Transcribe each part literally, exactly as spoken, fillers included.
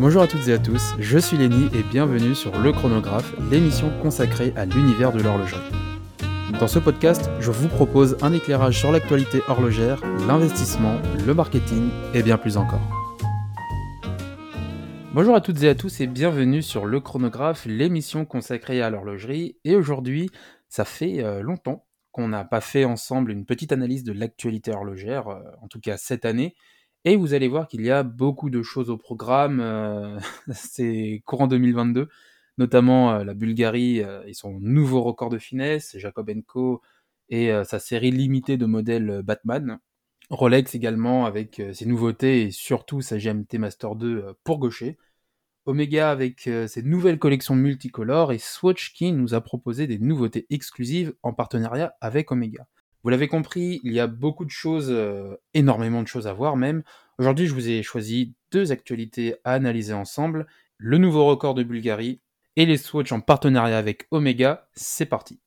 Bonjour à toutes et à tous, je suis Lenny et bienvenue sur Le Chronographe, l'émission consacrée à l'univers de l'horlogerie. Dans ce podcast, je vous propose un éclairage sur l'actualité horlogère, l'investissement, le marketing et bien plus encore. Bonjour à toutes et à tous et bienvenue sur Le Chronographe, l'émission consacrée à l'horlogerie. Et aujourd'hui, ça fait euh, longtemps qu'on n'a pas fait ensemble une petite analyse de l'actualité horlogère, euh, en tout cas cette année. Et vous allez voir qu'il y a beaucoup de choses au programme, euh, c'est courant deux mille vingt-deux, notamment euh, la Bulgarie euh, et son nouveau record de finesse, Jacob and Co et euh, sa série limitée de modèles euh, Batman. Rolex également avec euh, ses nouveautés et surtout sa G M T Master deux euh, pour gaucher. Omega avec euh, ses nouvelles collections multicolores et Swatch qui nous a proposé des nouveautés exclusives en partenariat avec Omega. Vous l'avez compris, il y a beaucoup de choses, euh, énormément de choses à voir même. Aujourd'hui, je vous ai choisi deux actualités à analyser ensemble, le nouveau record de Bulgarie et les Swatch en partenariat avec Omega. C'est parti.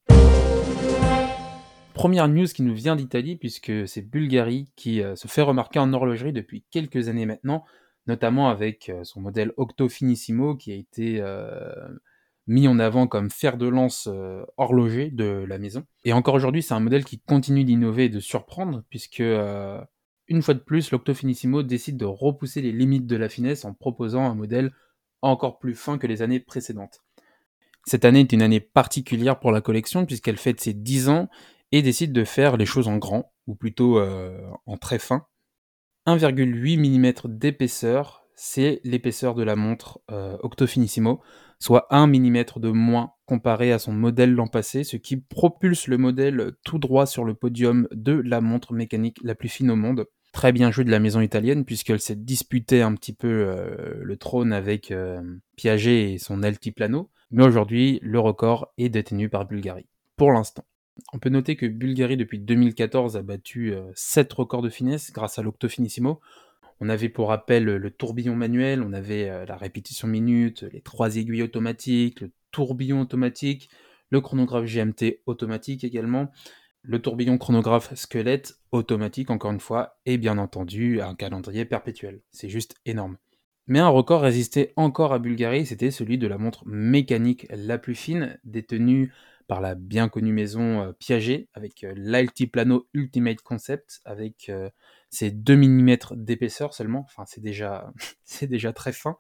Première news qui nous vient d'Italie, puisque c'est Bulgari qui euh, se fait remarquer en horlogerie depuis quelques années maintenant, notamment avec euh, son modèle Octo Finissimo qui a été euh, mis en avant comme fer de lance euh, horloger de la maison. Et encore aujourd'hui, c'est un modèle qui continue d'innover et de surprendre, puisque euh, une fois de plus, l'Octo Finissimo décide de repousser les limites de la finesse en proposant un modèle encore plus fin que les années précédentes. Cette année est une année particulière pour la collection puisqu'elle fête ses dix ans et décide de faire les choses en grand, ou plutôt euh, en très fin. un virgule huit millimètres d'épaisseur, c'est l'épaisseur de la montre euh, Octo Finissimo, soit un millimètre de moins comparé à son modèle l'an passé, ce qui propulse le modèle tout droit sur le podium de la montre mécanique la plus fine au monde. Très bien joué de la maison italienne puisqu'elle s'est disputée un petit peu euh, le trône avec euh, Piaget et son Altiplano, mais aujourd'hui le record est détenu par Bulgari, pour l'instant. On peut noter que Bulgari depuis deux mille quatorze a battu euh, sept records de finesse grâce à l'Octo Finissimo. On avait pour rappel le tourbillon manuel, on avait euh, la répétition minute, les trois aiguilles automatiques, le tourbillon automatique, le chronographe G M T automatique également, le tourbillon chronographe squelette automatique encore une fois, et bien entendu un calendrier perpétuel. C'est juste énorme. Mais un record résistait encore à Bulgari, c'était celui de la montre mécanique la plus fine, détenue par la bien connue maison euh, Piaget, avec euh, l'Altiplano Ultimate Concept, avec euh, ses deux millimètres d'épaisseur seulement, enfin c'est déjà, c'est déjà très fin.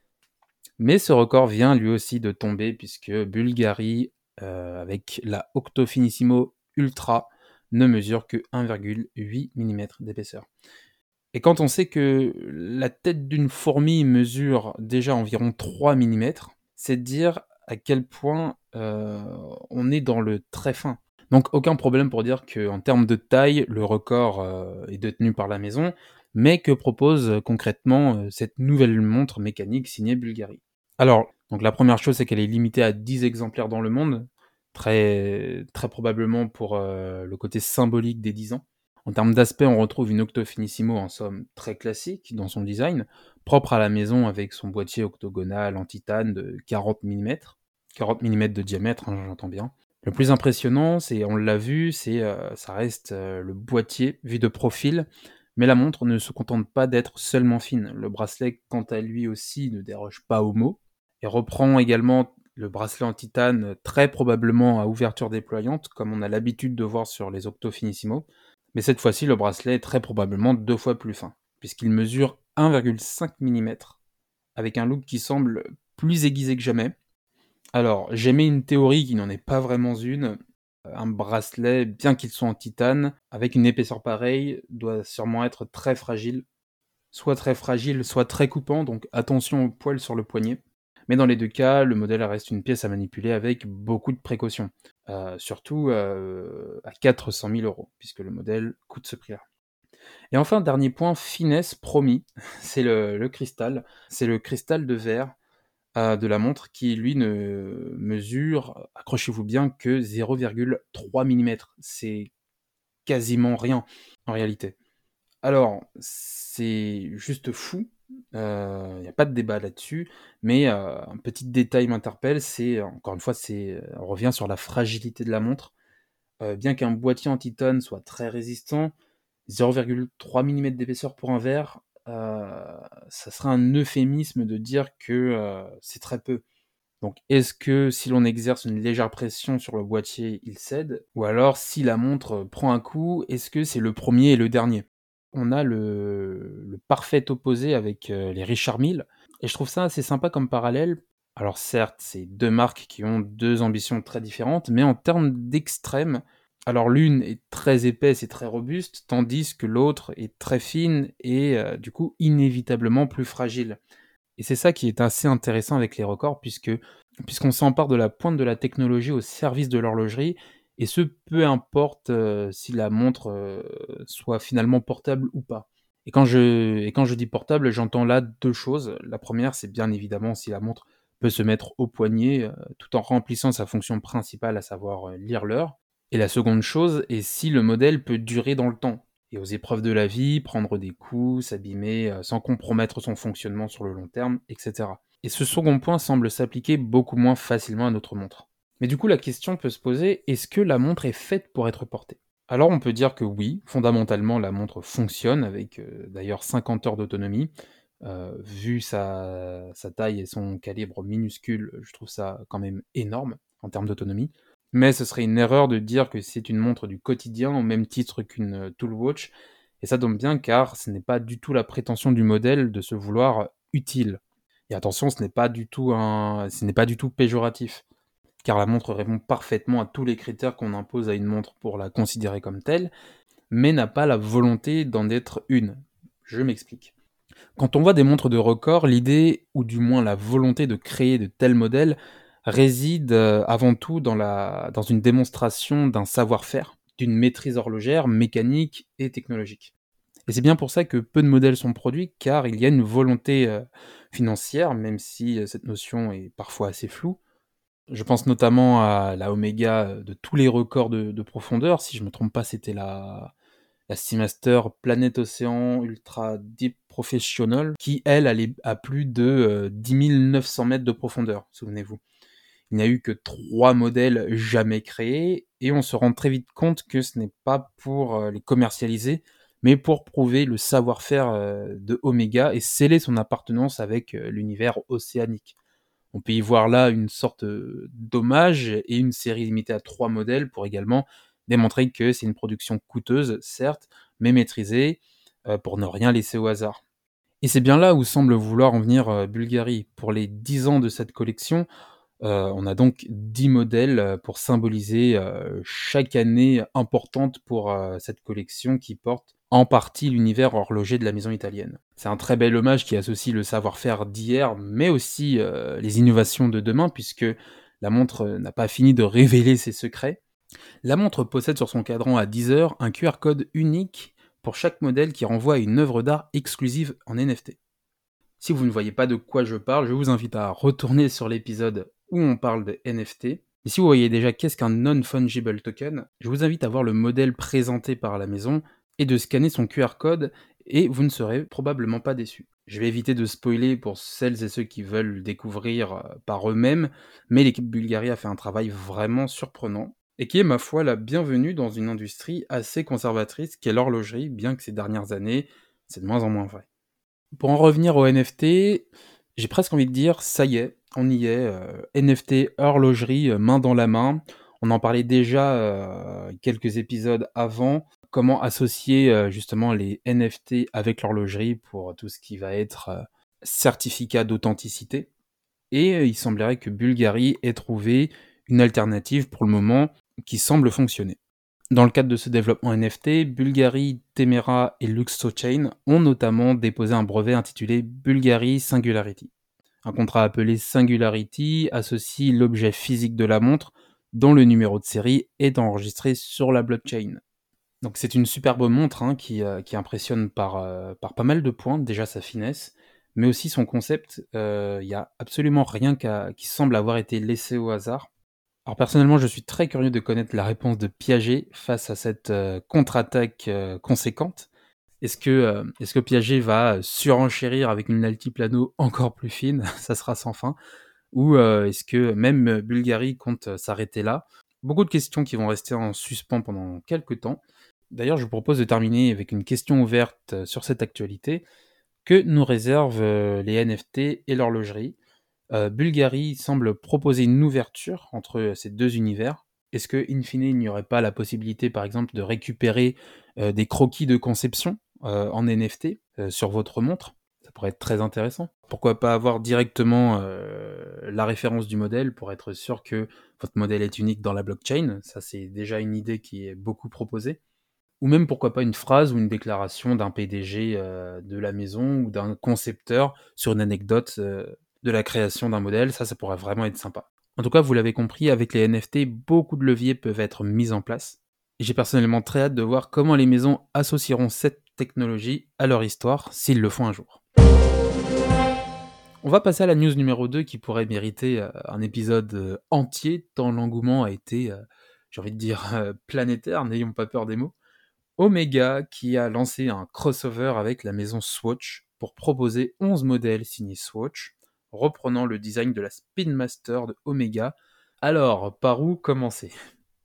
Mais ce record vient lui aussi de tomber, puisque Bulgari, euh, avec la Octo Finissimo Ultra, ne mesure que un virgule huit millimètres d'épaisseur. Et quand on sait que la tête d'une fourmi mesure déjà environ trois millimètres, c'est dire à quel point euh, on est dans le très fin. Donc aucun problème pour dire qu'en termes de taille, le record euh, est détenu par la maison, mais que propose euh, concrètement euh, cette nouvelle montre mécanique signée Bulgari. Alors, donc la première chose, c'est qu'elle est limitée à dix exemplaires dans le monde, très, très probablement pour euh, le côté symbolique des dix ans. En termes d'aspect, on retrouve une Octo Finissimo en somme très classique dans son design, propre à la maison avec son boîtier octogonal en titane de quarante millimètres, quarante millimètres de diamètre, hein, j'entends bien. Le plus impressionnant, c'est, on l'a vu, c'est, euh, ça reste euh, le boîtier vu de profil, mais la montre ne se contente pas d'être seulement fine. Le bracelet, quant à lui aussi, ne déroge pas au mot, et reprend également le bracelet en titane très probablement à ouverture déployante, comme on a l'habitude de voir sur les Octo Finissimo. Mais cette fois-ci, le bracelet est très probablement deux fois plus fin, puisqu'il mesure un virgule cinq millimètres, avec un look qui semble plus aiguisé que jamais. Alors, j'aimais une théorie qui n'en est pas vraiment une. Un bracelet, bien qu'il soit en titane, avec une épaisseur pareille, doit sûrement être très fragile. Soit très fragile, soit très coupant, donc attention aux poils sur le poignet. Mais dans les deux cas, le modèle reste une pièce à manipuler avec beaucoup de précautions. Euh, surtout euh, à quatre cent mille euros, puisque le modèle coûte ce prix-là. Et enfin, dernier point, finesse promis, c'est le, le cristal. C'est le cristal de verre euh, de la montre qui, lui, ne mesure, accrochez-vous bien, que zéro virgule trois millimètres. C'est quasiment rien, en réalité. Alors, c'est juste fou, il euh, n'y a pas de débat là-dessus, mais euh, un petit détail m'interpelle, c'est, encore une fois, c'est, on revient sur la fragilité de la montre. Euh, bien qu'un boîtier en titane soit très résistant, zéro virgule trois millimètres d'épaisseur pour un verre, heu, ça serait un euphémisme de dire que, heu, c'est très peu. Donc est-ce que si l'on exerce une légère pression sur le boîtier, il cède? Ou alors si la montre prend un coup, est-ce que c'est le premier et le dernier? On a le le parfait opposé avec, heu, les Richard Mille et je trouve ça assez sympa comme parallèle. Alors certes, c'est deux marques qui ont deux ambitions très différentes, mais en termes d'extrêmes, alors l'une est très épaisse et très robuste, tandis que l'autre est très fine et heu, du coup inévitablement plus fragile. Et c'est ça qui est assez intéressant avec les records puisque puisqu'on s'empare de la pointe de la technologie au service de l'horlogerie et ce, peu importe, heu, si la montre, heu, soit finalement portable ou pas. Et quand je et quand je dis portable, j'entends là deux choses. La première, c'est bien évidemment si la montre peut se mettre au poignet, heu, tout en remplissant sa fonction principale, à savoir, heu, lire l'heure. Et la seconde chose est si le modèle peut durer dans le temps et aux épreuves de la vie, prendre des coups, s'abîmer, heu, sans compromettre son fonctionnement sur le long terme, et cetera. Et ce second point semble s'appliquer beaucoup moins facilement à notre montre. Mais du coup, la question peut se poser, est-ce que la montre est faite pour être portée? Alors on peut dire que oui, fondamentalement la montre fonctionne avec, heu, d'ailleurs cinquante heures d'autonomie. Heu, vu sa sa taille et son calibre minuscule, je trouve ça quand même énorme en termes d'autonomie. Mais ce serait une erreur de dire que c'est une montre du quotidien au même titre qu'une, heu, Tool Watch et ça tombe bien car ce n'est pas du tout la prétention du modèle de se vouloir utile. Et attention, ce n'est pas du tout un ce n'est pas du tout péjoratif, car la montre répond parfaitement à tous les critères qu'on impose à une montre pour la considérer comme telle, mais n'a pas la volonté d'en être une. Je m'explique. Quand on voit des montres de record, l'idée, ou du moins la volonté de créer de tels modèles, réside euh, avant tout dans, la, dans une démonstration d'un savoir-faire, d'une maîtrise horlogère, mécanique et technologique. Et c'est bien pour ça que peu de modèles sont produits, car il y a une volonté euh, financière, même si euh, cette notion est parfois assez floue. Je pense notamment à la Omega euh, de tous les records de, de profondeur. Si je ne me trompe pas, c'était la, la Seamaster Planet Océan Ultra Deep Professional, qui, elle, allait à plus de euh, dix mille neuf cents mètres de profondeur, souvenez-vous. Il n'y a eu que trois modèles jamais créés, et on se rend très vite compte que ce n'est pas pour euh, les commercialiser, mais pour prouver le savoir-faire euh, de Omega et sceller son appartenance avec euh, l'univers océanique. On peut y voir là une sorte euh, d'hommage et une série limitée à trois modèles pour également démontrer que c'est une production coûteuse, certes, mais maîtrisée, euh, pour ne rien laisser au hasard. Et c'est bien là où semble vouloir en venir euh, Bulgari. Pour les dix ans de cette collection, euh, on a donc dix modèles euh, pour symboliser euh, chaque année importante pour euh, cette collection qui porte en partie l'univers horloger de la maison italienne. C'est un très bel hommage qui associe le savoir-faire d'hier, mais aussi euh, les innovations de demain, puisque la montre euh, n'a pas fini de révéler ses secrets. La montre possède sur son cadran à dix heures un Q R code unique pour chaque modèle qui renvoie à une œuvre d'art exclusive en N F T. Si vous ne voyez pas de quoi je parle, je vous invite à retourner sur l'épisode où on parle de N F T. Et si vous voyez déjà qu'est-ce qu'un non-fungible token, je vous invite à voir le modèle présenté par la maison et de scanner son Q R code et vous ne serez probablement pas déçu. Je vais éviter de spoiler pour celles et ceux qui veulent le découvrir euh, par eux-mêmes, mais l'équipe Bulgari a fait un travail vraiment surprenant et qui est, ma foi, la bienvenue dans une industrie assez conservatrice qu'est l'horlogerie, bien que ces dernières années, c'est de moins en moins vrai. Pour en revenir aux N F T, j'ai presque envie de dire, ça y est, on y est. euh, N F T, horlogerie, euh, main dans la main. On en parlait déjà euh, quelques épisodes avant. Comment associer euh, justement les N F T avec l'horlogerie pour tout ce qui va être euh, certificat d'authenticité. Et euh, il semblerait que Bulgari ait trouvé une alternative pour le moment qui semble fonctionner. Dans le cadre de ce développement N F T, Bulgari, Temera et Luxochain ont notamment déposé un brevet intitulé Bulgari Singularity. Un contrat appelé Singularity associe l'objet physique de la montre, dont le numéro de série est enregistré sur la blockchain. Donc c'est une superbe montre hein, qui, euh, qui impressionne par, euh, par pas mal de points, déjà sa finesse, mais aussi son concept. Il euh, n'y a absolument rien qui semble avoir été laissé au hasard. Alors personnellement, je suis très curieux de connaître la réponse de Piaget face à cette euh, contre-attaque euh, conséquente. Est-ce que, euh, est-ce que Piaget va surenchérir avec une altiplano encore plus fine, ça sera sans fin, ou euh, est-ce que même Bulgari compte euh, s'arrêter là? Beaucoup de questions qui vont rester en suspens pendant quelques temps. D'ailleurs, je vous propose de terminer avec une question ouverte euh, sur cette actualité. Que nous réservent euh, les N F T et l'horlogerie? Euh, Bulgari semble proposer une ouverture entre ces deux univers. Est-ce que, in fine, il n'y aurait pas la possibilité, par exemple, de récupérer euh, des croquis de conception euh, en N F T euh, sur votre montre? Ça pourrait être très intéressant. Pourquoi pas avoir directement euh, la référence du modèle pour être sûr que votre modèle est unique dans la blockchain? Ça, c'est déjà une idée qui est beaucoup proposée. Ou même, pourquoi pas, une phrase ou une déclaration d'un P D G euh, de la maison ou d'un concepteur sur une anecdote euh, de la création d'un modèle. Ça, ça pourrait vraiment être sympa. En tout cas, vous l'avez compris, avec les N F T, beaucoup de leviers peuvent être mis en place. Et j'ai personnellement très hâte de voir comment les maisons associeront cette technologie à leur histoire, s'ils le font un jour. On va passer à la news numéro deux qui pourrait mériter euh, un épisode euh, entier, tant l'engouement a été, euh, j'ai envie de dire, euh, planétaire, n'ayons pas peur des mots. Omega qui a lancé un crossover avec la maison Swatch pour proposer onze modèles signés Swatch, reprenant le design de la Spin Master de Omega. Alors, par où commencer?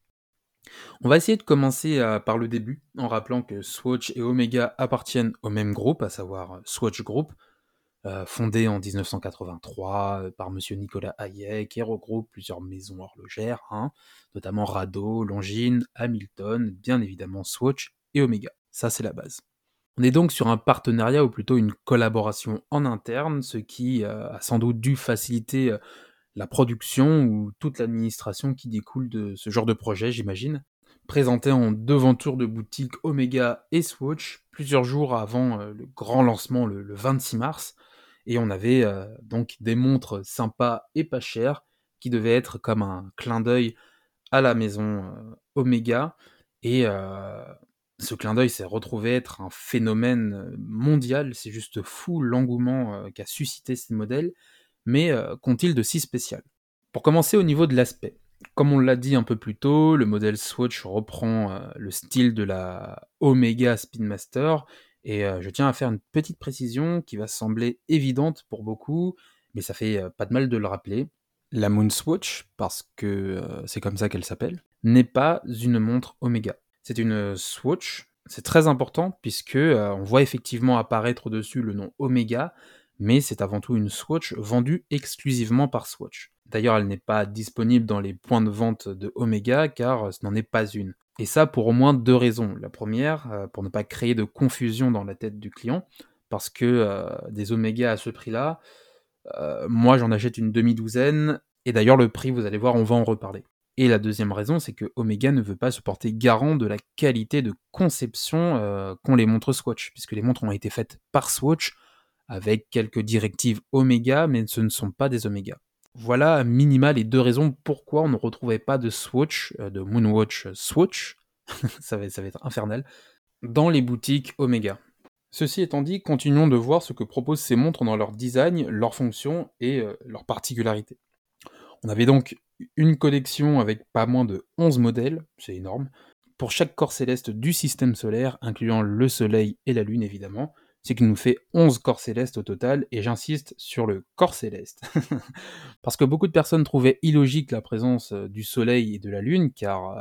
On va essayer de commencer euh, par le début, en rappelant que Swatch et Omega appartiennent au même groupe, à savoir euh, Swatch Group, euh, fondé en dix-neuf cent quatre-vingt-trois euh, par monsieur Nicolas Hayek et regroupe plusieurs maisons horlogères, hein, notamment Rado, Longines, Hamilton, bien évidemment Swatch et Omega. Ça, c'est la base. On est donc sur un partenariat ou plutôt une collaboration en interne, ce qui euh, a sans doute dû faciliter euh, la production ou toute l'administration qui découle de ce genre de projet, j'imagine. Présenté en devanture de boutique Omega et Swatch, plusieurs jours avant euh, le grand lancement le, le vingt-six mars, et on avait euh, donc des montres sympas et pas chères qui devaient être comme un clin d'œil à la maison euh, Omega. Et euh, ce clin d'œil s'est retrouvé être un phénomène euh, mondial. C'est juste fou l'engouement euh, qu'a suscité ces modèles. Mais euh, qu'ont-ils de si spécial? Pour commencer, au niveau de l'aspect. Comme on l'a dit un peu plus tôt, le modèle Swatch reprend euh, le style de la Omega Spin Master. Et euh, je tiens à faire une petite précision qui va sembler évidente pour beaucoup, mais ça fait euh, pas de mal de le rappeler. La Moonswatch, parce que euh, c'est comme ça qu'elle s'appelle, n'est pas une montre Omega. C'est une Swatch. C'est très important puisque euh, on voit effectivement apparaître dessus le nom Omega, mais c'est avant tout une Swatch vendue exclusivement par Swatch. D'ailleurs, elle n'est pas disponible dans les points de vente de Omega car euh, ce n'en est pas une. Et ça pour au moins deux raisons. La première, euh, pour ne pas créer de confusion dans la tête du client, parce que euh, des Omega à ce prix-là, euh, moi, j'en achète une demi-douzaine, et d'ailleurs, le prix, vous allez voir, on va en reparler. Et la deuxième raison, c'est que Omega ne veut pas se porter garant de la qualité de conception euh, qu'ont les montres Swatch, puisque les montres ont été faites par Swatch, avec quelques directives Omega, mais ce ne sont pas des Omega. Voilà à minima les deux raisons pourquoi on ne retrouvait pas de Swatch, euh, de Moonwatch Swatch, ça va, ça va être infernal, dans les boutiques Omega. Ceci étant dit, continuons de voir ce que proposent ces montres dans leur design, leur fonction et euh, leurs particularités. On avait donc une collection avec pas moins de onze modèles, c'est énorme, pour chaque corps céleste du système solaire, incluant le Soleil et la Lune évidemment, ce qui nous fait onze corps célestes au total, et j'insiste sur le corps céleste. Parce que beaucoup de personnes trouvaient illogique la présence euh, du Soleil et de la Lune, car euh,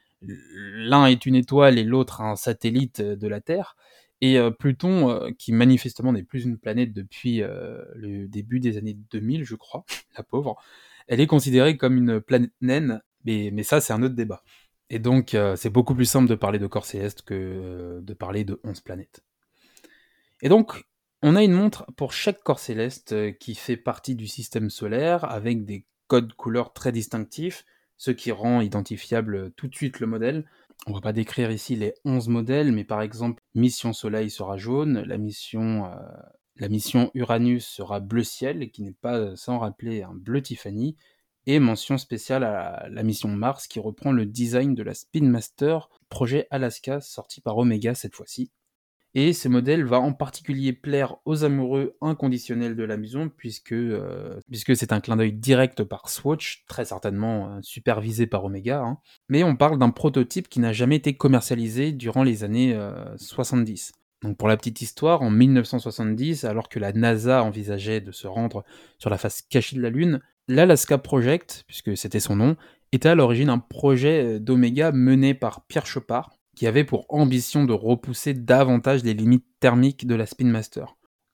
l'un est une étoile et l'autre un satellite de la Terre, et euh, Pluton, euh, qui manifestement n'est plus une planète depuis euh, le début des années deux mille, je crois, la pauvre, elle est considérée comme une planète naine, mais, mais ça c'est un autre débat. Et donc euh, c'est beaucoup plus simple de parler de corps céleste que euh, de parler de onze planètes. Et donc, on a une montre pour chaque corps céleste euh, qui fait partie du système solaire, avec des codes couleurs très distinctifs, ce qui rend identifiable tout de suite le modèle. On va pas décrire ici les onze modèles, mais par exemple, mission Soleil sera jaune, la mission, euh, la mission Uranus sera bleu ciel, qui n'est pas sans rappeler un bleu Tiffany, et mention spéciale à la, la mission Mars, qui reprend le design de la Spin Master, projet Alaska, sorti par Omega cette fois-ci. Et ce modèle va en particulier plaire aux amoureux inconditionnels de la maison, puisque, euh, puisque c'est un clin d'œil direct par Swatch, très certainement euh, supervisé par Omega. Hein. Mais on parle d'un prototype qui n'a jamais été commercialisé durant les années euh, soixante-dix. Donc pour la petite histoire, en mille neuf cent soixante-dix, alors que la NASA envisageait de se rendre sur la face cachée de la Lune, l'Alaska Project, puisque c'était son nom, était à l'origine un projet d'Omega mené par Pierre Chopard, qui avait pour ambition de repousser davantage les limites thermiques de la Spin Master.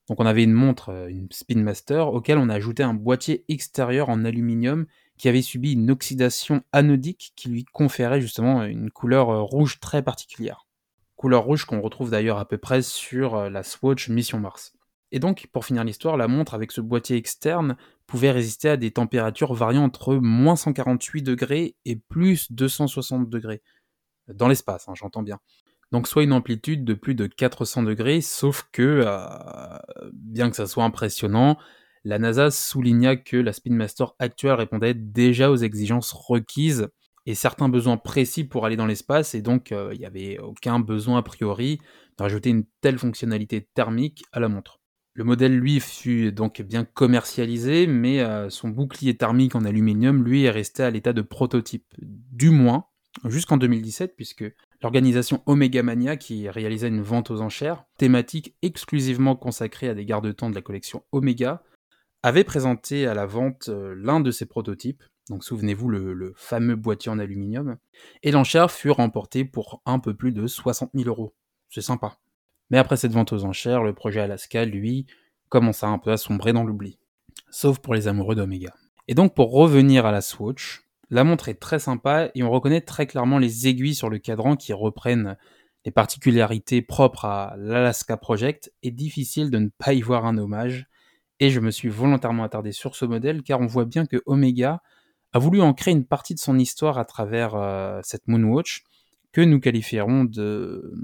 Donc on avait une montre, euh, une Spin Master, auquel on a ajouté un boîtier extérieur en aluminium qui avait subi une oxydation anodique qui lui conférait justement une couleur euh, rouge très particulière. Couleur rouge qu'on retrouve d'ailleurs à peu près sur euh, la Swatch Mission Mars. Et donc, pour finir l'histoire, la montre avec ce boîtier externe pouvait résister à des températures variant entre moins cent quarante-huit degrés et plus deux cent soixante degrés. Dans l'espace, hein, j'entends bien. Donc soit une amplitude de plus de quatre cents degrés, sauf que, euh, bien que ça soit impressionnant, la NASA souligna que la Spin Master actuelle répondait déjà aux exigences requises et certains besoins précis pour aller dans l'espace, et donc euh, il n'y avait aucun besoin a priori de rajouter une telle fonctionnalité thermique à la montre. Le modèle, lui, fut donc bien commercialisé, mais euh, son bouclier thermique en aluminium, lui, est resté à l'état de prototype, du moins jusqu'en deux mille dix-sept, puisque l'organisation Omega Mania, qui réalisait une vente aux enchères, thématique exclusivement consacrée à des garde-temps de la collection Omega, avait présenté à la vente euh, l'un de ses prototypes, donc souvenez-vous le, le fameux boîtier en aluminium, et l'enchère fut remportée pour un peu plus de soixante mille euros. C'est sympa. Mais après cette vente aux enchères, le projet Alaska, lui, commença un peu à sombrer dans l'oubli. Sauf pour les amoureux d'Omega. Et donc pour revenir à la Swatch, la montre est très sympa et on reconnaît très clairement les aiguilles sur le cadran qui reprennent les particularités propres à l'Alaska Project, et difficile de ne pas y voir un hommage. Et je me suis volontairement attardé sur ce modèle car on voit bien que Omega a voulu ancrer une partie de son histoire à travers euh, cette Moonwatch que nous qualifierons de,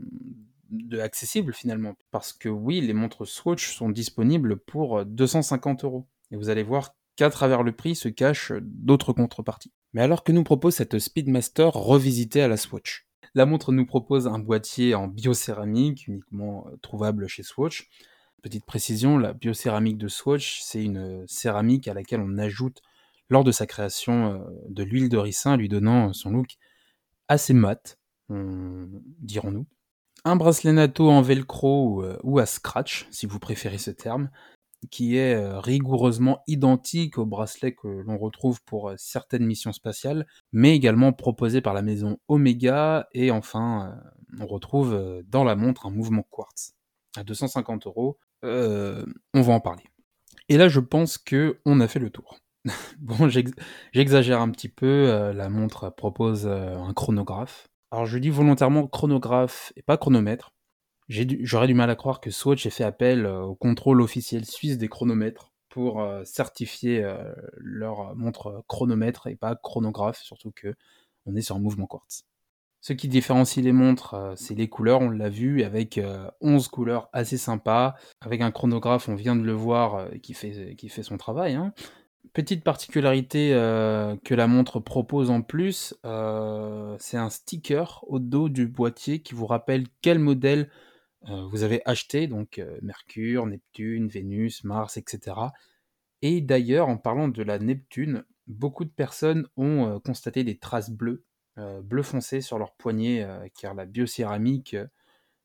de accessible finalement. Parce que oui, les montres Swatch sont disponibles pour deux cent cinquante euros. Et vous allez voir qu'à travers le prix se cachent d'autres contreparties. Mais alors que nous propose cette Speedmaster revisitée à la Swatch? La montre nous propose un boîtier en biocéramique, uniquement trouvable chez Swatch. Petite précision, la biocéramique de Swatch, c'est une céramique à laquelle on ajoute, lors de sa création, de l'huile de ricin, lui donnant son look assez mat, dirons-nous. Un bracelet NATO en velcro ou, euh, ou à scratch, si vous préférez ce terme, qui est euh, rigoureusement identique au bracelet que l'on retrouve pour euh, certaines missions spatiales, mais également proposé par la maison Omega, et enfin, euh, on retrouve euh, dans la montre un mouvement quartz. À deux cent cinquante euros, euh, on va en parler. Et là, je pense que on a fait le tour. Bon, j'ex- j'exagère un petit peu, euh, la montre propose euh, un chronographe. Alors je dis volontairement chronographe et pas chronomètre. J'ai du- J'aurais du mal à croire que Swatch ait fait appel euh, au contrôle officiel suisse des chronomètres pour euh, certifier euh, leur montre chronomètre et pas chronographe, surtout que on est sur un mouvement quartz. Ce qui différencie les montres, euh, c'est les couleurs, on l'a vu, avec euh, onze couleurs assez sympas, avec un chronographe, on vient de le voir, euh, qui, fait, qui fait son travail, hein. Petite particularité euh, que la montre propose en plus, euh, c'est un sticker au dos du boîtier qui vous rappelle quel modèle euh, vous avez acheté, donc euh, Mercure, Neptune, Vénus, Mars, et cetera. Et d'ailleurs, en parlant de la Neptune, beaucoup de personnes ont euh, constaté des traces bleues, euh, bleu foncé sur leur poignet, euh, car la biocéramique, euh,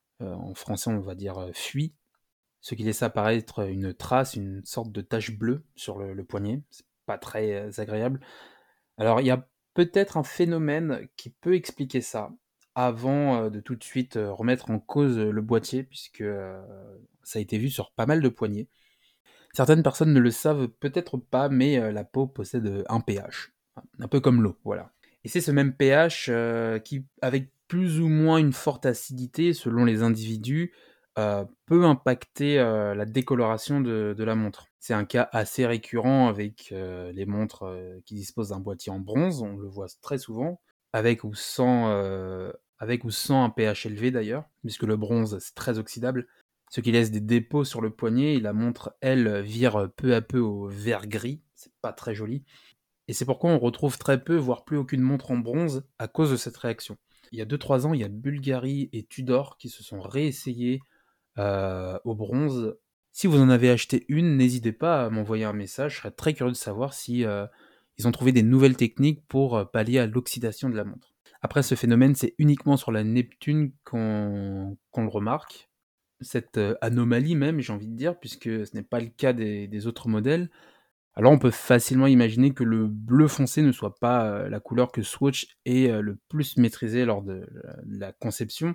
en français on va dire euh, fuit, ce qui laisse apparaître une trace, une sorte de tache bleue sur le, le poignet. C'est pas très euh, agréable. Alors, il y a peut-être un phénomène qui peut expliquer ça, avant euh, de tout de suite euh, remettre en cause euh, le boîtier, puisque euh, ça a été vu sur pas mal de poignets. Certaines personnes ne le savent peut-être pas, mais euh, la peau possède euh, un pH, un peu comme l'eau, voilà. Et c'est ce même pH euh, qui, avec plus ou moins une forte acidité selon les individus, euh, peut impacter euh, la décoloration de, de la montre. C'est un cas assez récurrent avec euh, les montres euh, qui disposent d'un boîtier en bronze, on le voit très souvent, avec ou sans, euh, avec ou sans un pH élevé d'ailleurs, puisque le bronze c'est très oxydable, ce qui laisse des dépôts sur le poignet, et la montre, elle, vire peu à peu au vert gris, c'est pas très joli. Et c'est pourquoi on retrouve très peu, voire plus aucune montre en bronze à cause de cette réaction. Il y a deux trois ans, il y a Bulgari et Tudor qui se sont réessayés euh, au bronze. Si vous en avez acheté une, n'hésitez pas à m'envoyer un message, je serais très curieux de savoir si euh, ils ont trouvé des nouvelles techniques pour euh, pallier à l'oxydation de la montre. Après, ce phénomène, c'est uniquement sur la Neptune qu'on qu'on le remarque, cette euh, anomalie même, j'ai envie de dire, puisque ce n'est pas le cas des, des autres modèles. Alors on peut facilement imaginer que le bleu foncé ne soit pas euh, la couleur que Swatch ait euh, le plus maîtrisée lors de la, de la conception,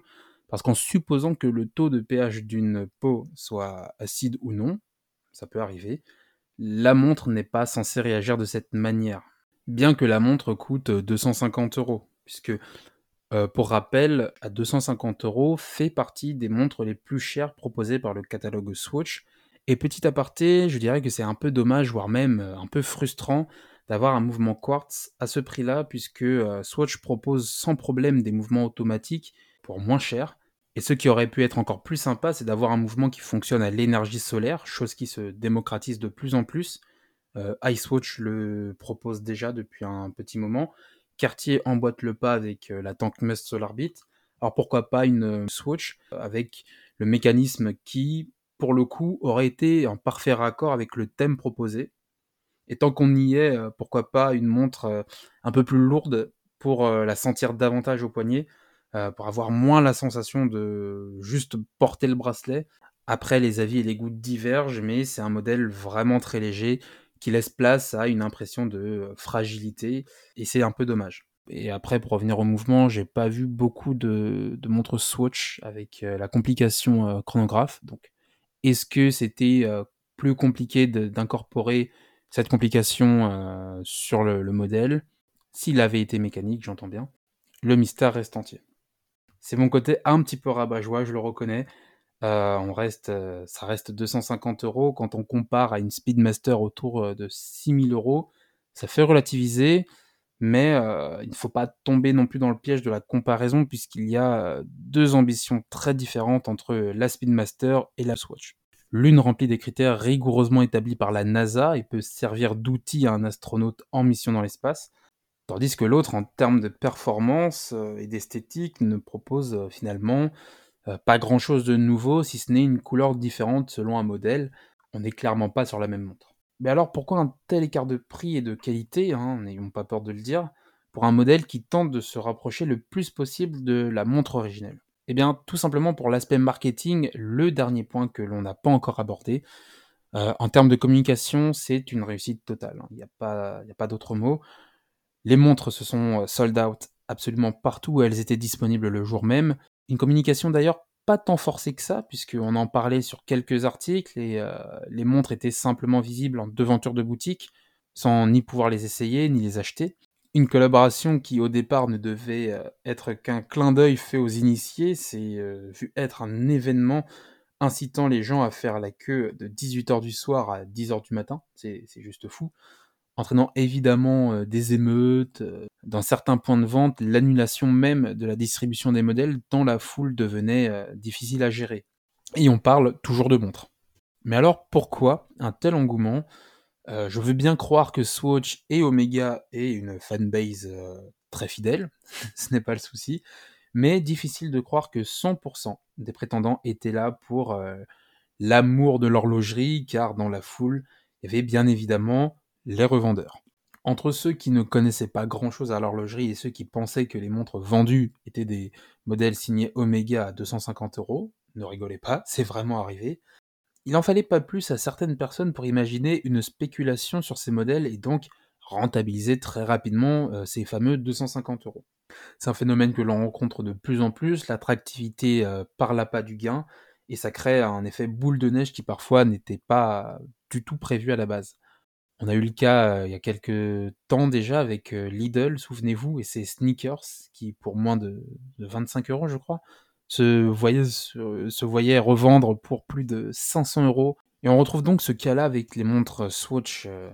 Parce qu'en supposant que le taux de pH d'une peau soit acide ou non, ça peut arriver, la montre n'est pas censée réagir de cette manière. Bien que la montre coûte deux cent cinquante euros, puisque, euh, pour rappel, à deux cent cinquante euros fait partie des montres les plus chères proposées par le catalogue Swatch. Et petit aparté, je dirais que c'est un peu dommage, voire même euh, un peu frustrant, d'avoir un mouvement quartz à ce prix-là, puisque euh, Swatch propose sans problème des mouvements automatiques pour moins cher. Et ce qui aurait pu être encore plus sympa, c'est d'avoir un mouvement qui fonctionne à l'énergie solaire, chose qui se démocratise de plus en plus. Euh, Icewatch le propose déjà depuis un petit moment. Cartier emboîte le pas avec euh, la Tankmust SolarBit. Alors pourquoi pas une euh, Swatch avec le mécanisme qui, pour le coup, aurait été en parfait raccord avec le thème proposé. Et tant qu'on y est, euh, pourquoi pas une montre euh, un peu plus lourde pour euh, la sentir davantage au poignet, euh, pour avoir moins la sensation de juste porter le bracelet. Après, les avis et les goûts divergent, mais c'est un modèle vraiment très léger qui laisse place à une impression de euh, fragilité, et c'est un peu dommage. Et après, pour revenir au mouvement, j'ai pas vu beaucoup de, de montres Swatch avec euh, la complication euh, chronographe. Donc, est-ce que c'était euh, plus compliqué de- d'incorporer cette complication euh, sur le, le modèle? S'il avait été mécanique, j'entends bien. Le mystère reste entier. C'est mon côté un petit peu rabat-joie, je le reconnais. Euh, on reste, euh, ça reste deux cent cinquante euros. Quand on compare à une Speedmaster autour euh, de six mille euros, ça fait relativiser, mais euh, il ne faut pas tomber non plus dans le piège de la comparaison, puisqu'il y a euh, deux ambitions très différentes entre la Speedmaster et la Swatch. L'une remplit des critères rigoureusement établis par la NASA et peut servir d'outil à un astronaute en mission dans l'espace, tandis que l'autre, en termes de performance euh, et d'esthétique, ne propose euh, finalement euh, pas grand-chose de nouveau, si ce n'est une couleur différente selon un modèle. On n'est clairement pas sur la même montre. Mais alors pourquoi un tel écart de prix et de qualité, hein, n'ayons pas peur de le dire, pour un modèle qui tente de se rapprocher le plus possible de la montre originelle? Eh bien, tout simplement pour l'aspect marketing, le dernier point que l'on n'a pas encore abordé. Euh, en termes de communication, c'est une réussite totale, hein. Il n'y a pas, il n'y a pas d'autre mot. Les montres se sont euh, sold out absolument partout où elles étaient disponibles le jour même. Une communication d'ailleurs pas tant forcée que ça, puisqu'on en parlait sur quelques articles et euh, les montres étaient simplement visibles en devanture de boutique, sans ni pouvoir les essayer ni les acheter. Une collaboration qui au départ ne devait euh, être qu'un clin d'œil fait aux initiés, s'est euh, vu être un événement incitant les gens à faire la queue de dix-huit heures du soir à dix heures du matin. C'est c'est juste fou, entraînant évidemment euh, des émeutes, euh, dans certains points de vente, l'annulation même de la distribution des modèles tant la foule devenait euh, difficile à gérer. Et on parle toujours de montres. Mais alors pourquoi un tel engouement? Euh, Je veux bien croire que Swatch et Omega aient une fanbase euh, très fidèle, ce n'est pas le souci, mais difficile de croire que cent pour cent des prétendants étaient là pour euh, l'amour de l'horlogerie, car dans la foule, il y avait bien évidemment les revendeurs. Entre ceux qui ne connaissaient pas grand-chose à l'horlogerie et ceux qui pensaient que les montres vendues étaient des modèles signés Omega à deux cent cinquante euros, ne rigolez pas, c'est vraiment arrivé. Il en fallait pas plus à certaines personnes pour imaginer une spéculation sur ces modèles et donc rentabiliser très rapidement euh, ces fameux deux cent cinquante euros. C'est un phénomène que l'on rencontre de plus en plus, l'attractivité euh, par l'appât du gain, et ça crée un effet boule de neige qui parfois n'était pas du tout prévu à la base. On a eu le cas euh, il y a quelques temps déjà avec euh, Lidl, souvenez-vous, et ses sneakers qui, pour moins de, de vingt-cinq euros, je crois, se voyaient, se, se voyaient revendre pour plus de cinq cents euros. Et on retrouve donc ce cas-là avec les montres Swatch euh,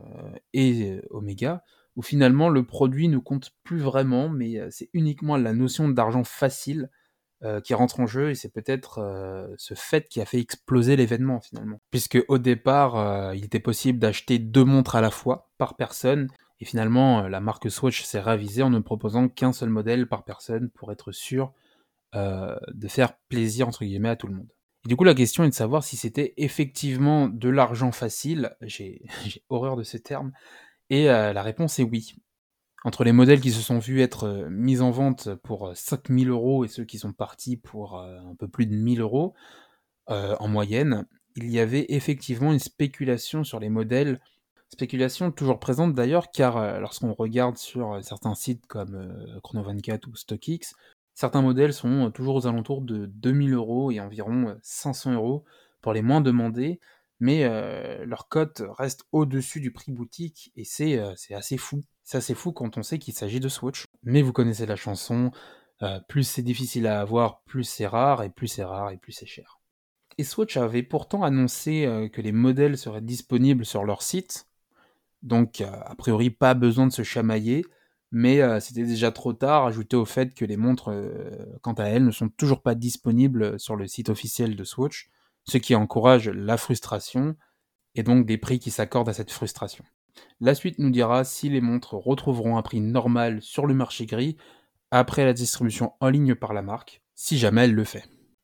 et euh, Omega, où finalement le produit ne compte plus vraiment, mais euh, c'est uniquement la notion d'argent facile euh, qui rentre en jeu, et c'est peut-être euh, ce fait qui a fait exploser l'événement finalement. Puisque au départ, euh, il était possible d'acheter deux montres à la fois par personne, et finalement euh, la marque Swatch s'est ravisée en ne proposant qu'un seul modèle par personne pour être sûr euh, de faire plaisir entre guillemets à tout le monde. Et du coup, la question est de savoir si c'était effectivement de l'argent facile. J'ai j'ai horreur de ces termes. Et euh, la réponse est oui. Entre les modèles qui se sont vus être euh, mis en vente pour cinq mille euros et ceux qui sont partis pour euh, un peu plus de mille euros euh, en moyenne, il y avait effectivement une spéculation sur les modèles. Spéculation toujours présente d'ailleurs, car euh, lorsqu'on regarde sur euh, certains sites comme euh, Chrono vingt-quatre ou StockX, Certains modèles sont toujours aux alentours de deux mille euros et environ cinq cents euros pour les moins demandés, mais heu, leur cote reste au-dessus du prix boutique et c'est, heu, c'est assez fou. C'est assez fou quand on sait qu'il s'agit de Swatch. Mais vous connaissez la chanson, heu, plus c'est difficile à avoir, plus c'est rare et plus c'est rare et plus c'est cher. Et Swatch avait pourtant annoncé, heu, que les modèles seraient disponibles sur leur site, donc heu, a priori pas besoin de se chamailler, mais heu, c'était déjà trop tard, ajouté au fait que les montres, heu, quant à elles, ne sont toujours pas disponibles sur le site officiel de Swatch, ce qui encourage la frustration et donc des prix qui s'accordent à cette frustration. La suite nous dira si les montres retrouveront un prix normal sur le marché gris après la distribution en ligne par la marque, si jamais elle le fait.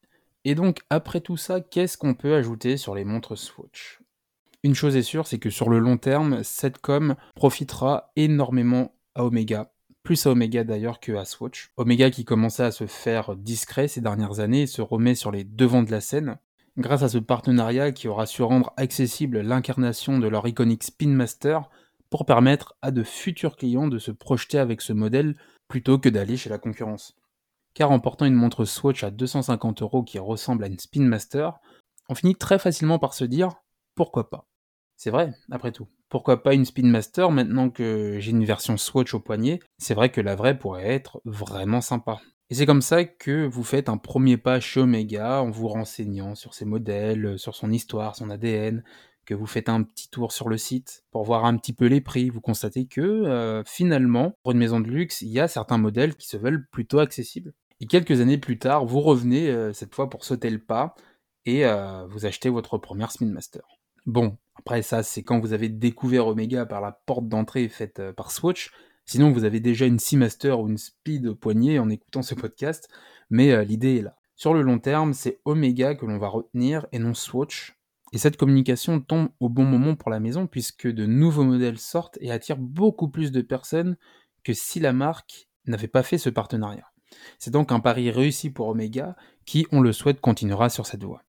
Et donc après tout ça, qu'est-ce qu'on peut ajouter sur les montres Swatch? Une chose est sûre, c'est que sur le long terme, cette com profitera énormément à Omega, plus à Omega d'ailleurs qu'à Swatch. Omega qui commençait à se faire discret ces dernières années et se remet sur les devants de la scène, grâce à ce partenariat qui aura su rendre accessible l'incarnation de leur iconique Spin Master pour permettre à de futurs clients de se projeter avec ce modèle plutôt que d'aller chez la concurrence. Car en portant une montre Swatch à deux cent cinquante euros qui ressemble à une Spin Master, on finit très facilement par se dire pourquoi pas. C'est vrai, après tout. Pourquoi pas une Spin Master maintenant que j'ai une version Swatch au poignet? C'est vrai que la vraie pourrait être vraiment sympa. Et c'est comme ça que vous faites un premier pas chez Omega en vous renseignant sur ses modèles, sur son histoire, son A D N, que vous faites un petit tour sur le site pour voir un petit peu les prix. Vous constatez que euh, finalement, pour une maison de luxe, il y a certains modèles qui se veulent plutôt accessibles. Et quelques années plus tard, vous revenez euh, cette fois pour sauter le pas et euh, vous achetez votre première Spin Master. Bon, après ça, c'est quand vous avez découvert Omega par la porte d'entrée faite euh, par Swatch. Sinon, vous avez déjà une Seamaster ou une Speed au poignet en écoutant ce podcast, mais euh, l'idée est là. Sur le long terme, c'est Omega que l'on va retenir et non Swatch. Et cette communication tombe au bon moment pour la maison puisque de nouveaux modèles sortent et attirent beaucoup plus de personnes que si la marque n'avait pas fait ce partenariat. C'est donc un pari réussi pour Omega qui, on le souhaite, continuera sur cette voie.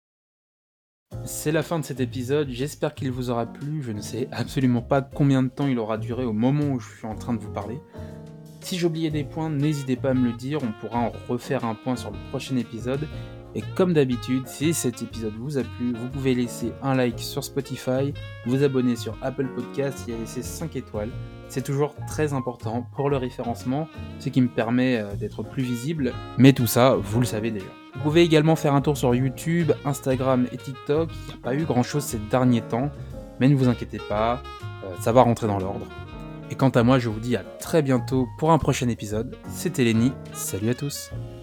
C'est la fin de cet épisode, j'espère qu'il vous aura plu, je ne sais absolument pas combien de temps il aura duré au moment où je suis en train de vous parler. Si j'ai oublié des points, n'hésitez pas à me le dire, on pourra en refaire un point sur le prochain épisode. Et comme d'habitude, si cet épisode vous a plu, vous pouvez laisser un like sur Spotify, vous abonner sur Apple Podcasts et laisser cinq étoiles. C'est toujours très important pour le référencement, ce qui me permet d'être plus visible, mais tout ça, vous le savez déjà. Vous pouvez également faire un tour sur YouTube, Instagram et TikTok, il n'y a pas eu grand chose ces derniers temps, mais ne vous inquiétez pas, ça va rentrer dans l'ordre. Et quant à moi, je vous dis à très bientôt pour un prochain épisode. C'était Lenny, salut à tous.